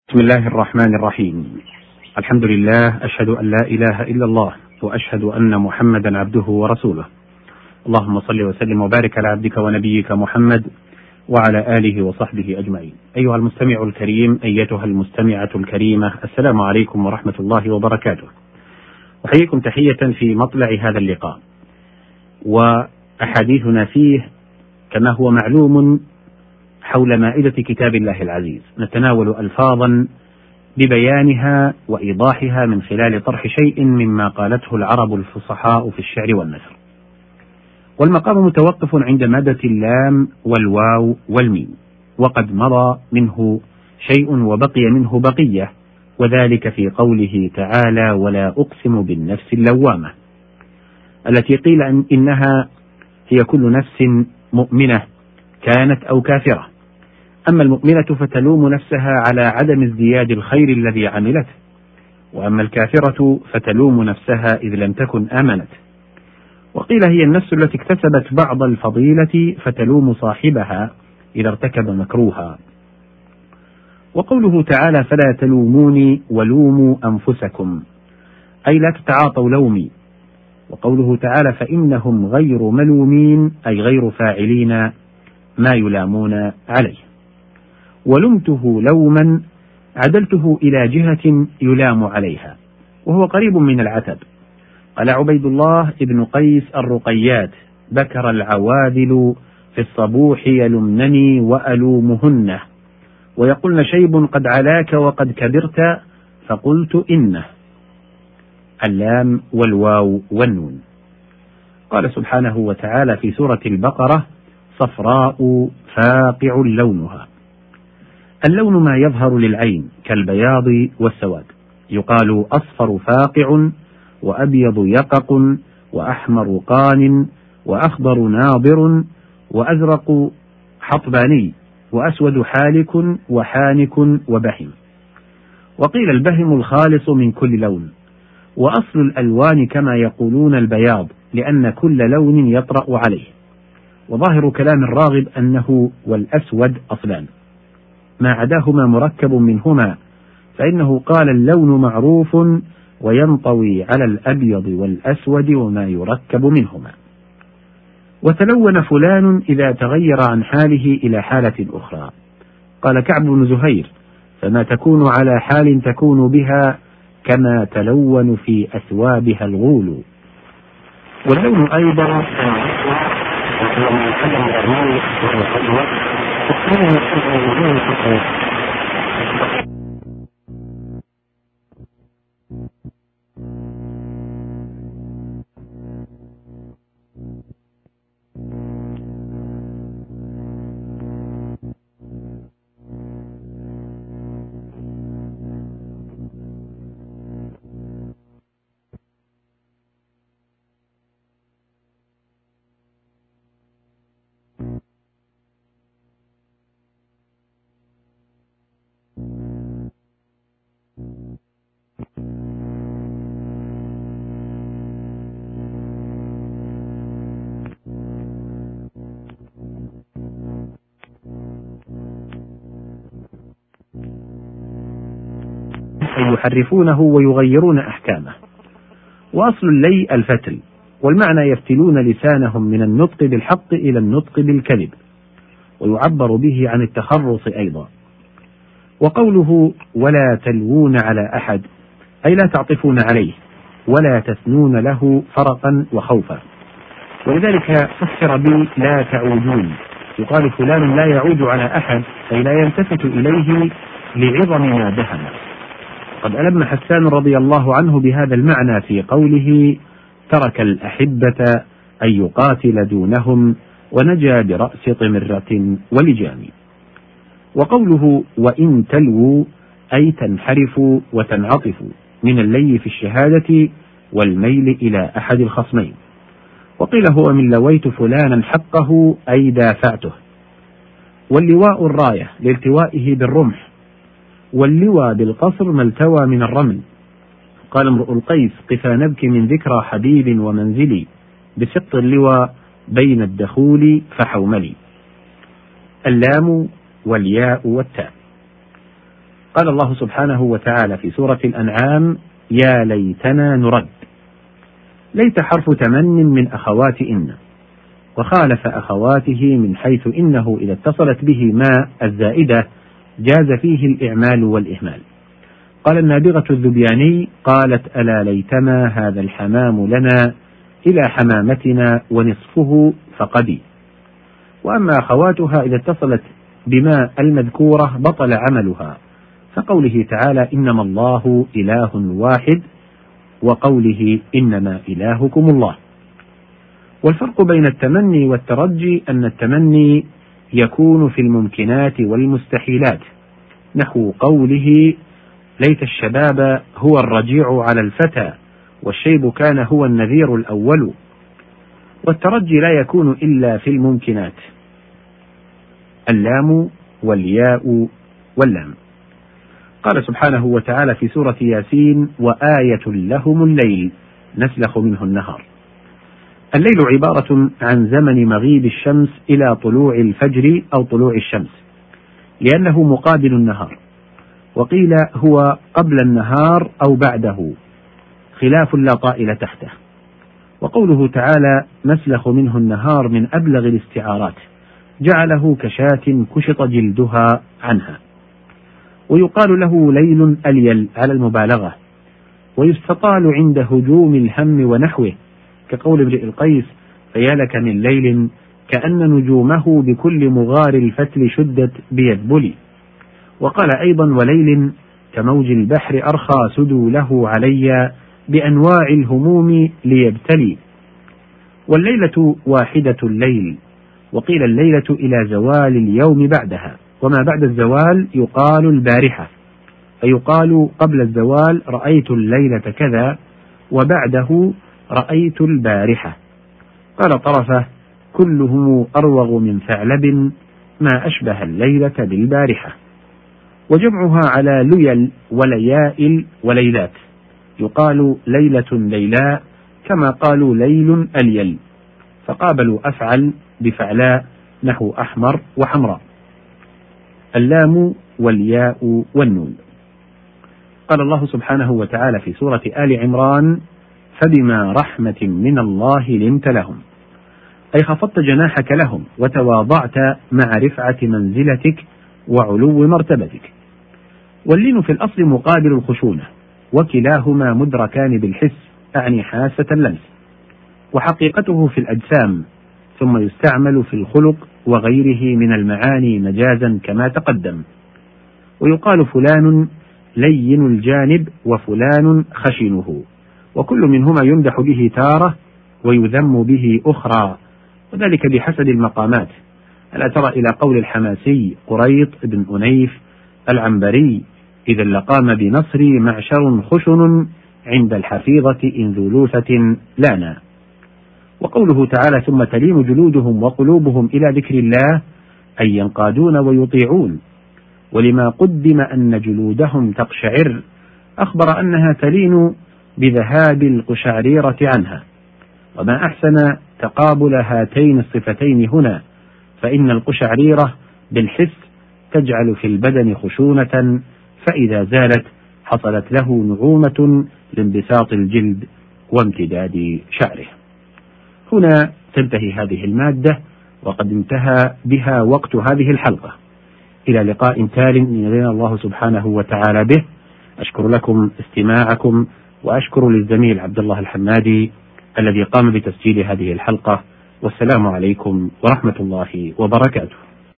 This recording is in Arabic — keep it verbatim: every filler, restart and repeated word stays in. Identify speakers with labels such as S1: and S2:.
S1: بسم الله الرحمن الرحيم. الحمد لله، أشهد أن لا إله إلا الله، وأشهد أن محمدا عبده ورسوله. اللهم صل وسلم وبارك على عبدك ونبيك محمد وعلى آله وصحبه أجمعين. أيها المستمع الكريم، أيتها المستمعة الكريمة، السلام عليكم ورحمة الله وبركاته. أحييكم تحية في مطلع هذا اللقاء، وأحاديثنا فيه كما هو معلوم حول مائدة كتاب الله العزيز، نتناول ألفاظا ببيانها وإيضاحها من خلال طرح شيء مما قالته العرب الفصحاء في الشعر والنثر. والمقام متوقف عند مادة اللام والواو والميم، وقد مضى منه شيء وبقي منه بقية، وذلك في قوله تعالى: ولا أقسم بالنفس اللوامة، التي قيل أن إنها هي كل نفس مؤمنة كانت أو كافرة. أما المؤمنة فتلوم نفسها على عدم ازدياد الخير الذي عملته، وأما الكافرة فتلوم نفسها إذ لم تكن آمنت. وقيل هي النفس التي اكتسبت بعض الفضيلة فتلوم صاحبها إذا ارتكب مكروها. وقوله تعالى: فلا تلوموني ولوموا أنفسكم، أي لا تتعاطوا لومي. وقوله تعالى: فإنهم غير ملومين، أي غير فاعلين ما يلامون عليه. ولمته لوما عدلته إلى جهة يلام عليها، وهو قريب من العتب. قال عبيد الله ابن قيس الرقيات: بكر العواذل في الصبوح يلمنني وألومهن، ويقولن شيب قد علاك وقد كبرت، فقلت إنه. اللام والواو والنون. قال سبحانه وتعالى في سورة البقرة: صفراء فاقع لونها. اللون ما يظهر للعين كالبياض والسواد، يقال أصفر فاقع، وأبيض يقق، وأحمر قان، وأخضر ناضر، وأزرق حطباني، وأسود حالك، وحانك وبهم. وقيل البهم الخالص من كل لون. وأصل الألوان كما يقولون البياض، لأن كل لون يطرأ عليه. وظاهر كلام الراغب أنه والأسود أصلان، ما عداهما مركب منهما، فإنه قال: اللون معروف وينطوي على الأبيض والأسود وما يركب منهما. وتلون فلان إذا تغير عن حاله إلى حالة أخرى. قال كعب بن زهير: فما تكون على حال تكون بها كما تلون في أثوابها الغول. واللون أيضا يحرفونه ويغيرون أحكامه. وأصل اللي الفتل، والمعنى يفتلون لسانهم من النطق بالحق إلى النطق بالكذب، ويعبر به عن التخرص أيضا. وقوله ولا تلوون على أحد، أي لا تعطفون عليه ولا تثنون له فرقا وخوفا. ولذلك فسر بي لا تعودون، يقال فلان لا يعود على أحد، أي لا يلتفت إليه لعظم ما دهم. قد ألم حسان رضي الله عنه بهذا المعنى في قوله: ترك الأحبة أن يقاتل دونهم ونجا برأس طمرة ولجام. وقوله وإن تلووا، أي تنحرفوا وتنعطفوا من اللي في الشهادة والميل إلى أحد الخصمين. وقيل هو من لويت فلانا حقه، أي دافعته. واللواء الراية لالتوائه بالرمح، واللوى بالقصر ما التوى من الرمل. قال امرؤ القيس: قفا نبكي من ذكرى حبيب ومنزلي، بسط اللوى بين الدخول فحوملي. اللام والياء والتاء. قال الله سبحانه وتعالى في سورة الأنعام: يا ليتنا نرد. ليت حرف تمن من أخوات إن، وخالف أخواته من حيث إنه إذا اتصلت به ما الزائدة جاز فيه الإعمال والإهمال. قال النابغة الذبياني: قالت: ألا ليتما هذا الحمام لنا إلى حمامتنا ونصفه فقدي. وأما أخواتها إذا اتصلت بما المذكورة بطل عملها، فقوله تعالى: إنما الله إله واحد، وقوله: إنما إلهكم الله. والفرق بين التمني والترجي أن التمني يكون في الممكنات والمستحيلات، نحو قوله: ليت الشباب هو الرجيع على الفتى، والشيب كان هو النذير الأول. والترجي لا يكون إلا في الممكنات. اللام والياء واللام. قال سبحانه وتعالى في سورة ياسين: وآية لهم الليل نسلخ منه النهار. الليل عبارة عن زمن مغيب الشمس إلى طلوع الفجر أو طلوع الشمس، لأنه مقابل النهار، وقيل هو قبل النهار أو بعده، خلاف لا طائل تحته. وقوله تعالى: نسلخ منه النهار من أبلغ الاستعارات، جعله كشاة كشط جلدها عنها. ويقال له ليل أليل على المبالغة، ويستطال عند هجوم الهم ونحوه، كقول امرئ القيس: فيا لك من ليل كأن نجومه بكل مغار الفتل شدت بيذبلي. وقال أيضا: وليل كموج البحر أرخى سدوله علي بأنواع الهموم ليبتلي. والليلة واحدة الليل، وقيل الليلة إلى زوال اليوم بعدها، وما بعد الزوال يقال البارحة، فيقال قبل الزوال: رأيت الليلة كذا، وبعده: رأيت البارحة. قال طرفة: كلهم أروغ من ثعلب، ما أشبه الليلة بالبارحة. وجمعها على ليل وليائل وليلات، يقال ليلة ليلاء، كما قالوا ليل أليل، فقابلوا أفعل بفعلاء، نحو أحمر وحمراء. اللام والياء والنون. قال الله سبحانه وتعالى في سورة آل عمران: فبما رحمة من الله لنت لهم، أي خفضت جناحك لهم وتواضعت مع رفعة منزلتك وعلو مرتبتك. واللين في الأصل مقابل الخشونة، وكلاهما مدركان بالحس، أعني حاسة اللمس، وحقيقته في الأجسام، ثم يستعمل في الخلق وغيره من المعاني مجازا كما تقدم. ويقال فلان لين الجانب وفلان خشنه، وكل منهما يمدح به تارة ويذم به أخرى، وذلك بحسب المقامات. ألا ترى إلى قول الحماسي قريط بن أنيف العنبري: إذا لقام بنصري معشر خشن، عند الحفيظة إن ذو لوثة لانا. وقوله تعالى: ثم تلين جلودهم وقلوبهم إلى ذكر الله، أي ينقادون ويطيعون. ولما قدم أن جلودهم تقشعر، أخبر أنها تلين بذهاب القشعريرة عنها. وما أحسن تقابل هاتين الصفتين هنا، فإن القشعريرة بالحس تجعل في البدن خشونة، فإذا زالت حصلت له نعومة لانبساط الجلد وامتداد شعره. هنا تنتهي هذه المادة، وقد انتهى بها وقت هذه الحلقة. إلى لقاء تال يرينا الله سبحانه وتعالى به. أشكر لكم استماعكم، وأشكر للزميل عبد الله الحمادي الذي قام بتسجيل هذه الحلقة، والسلام عليكم ورحمة الله وبركاته.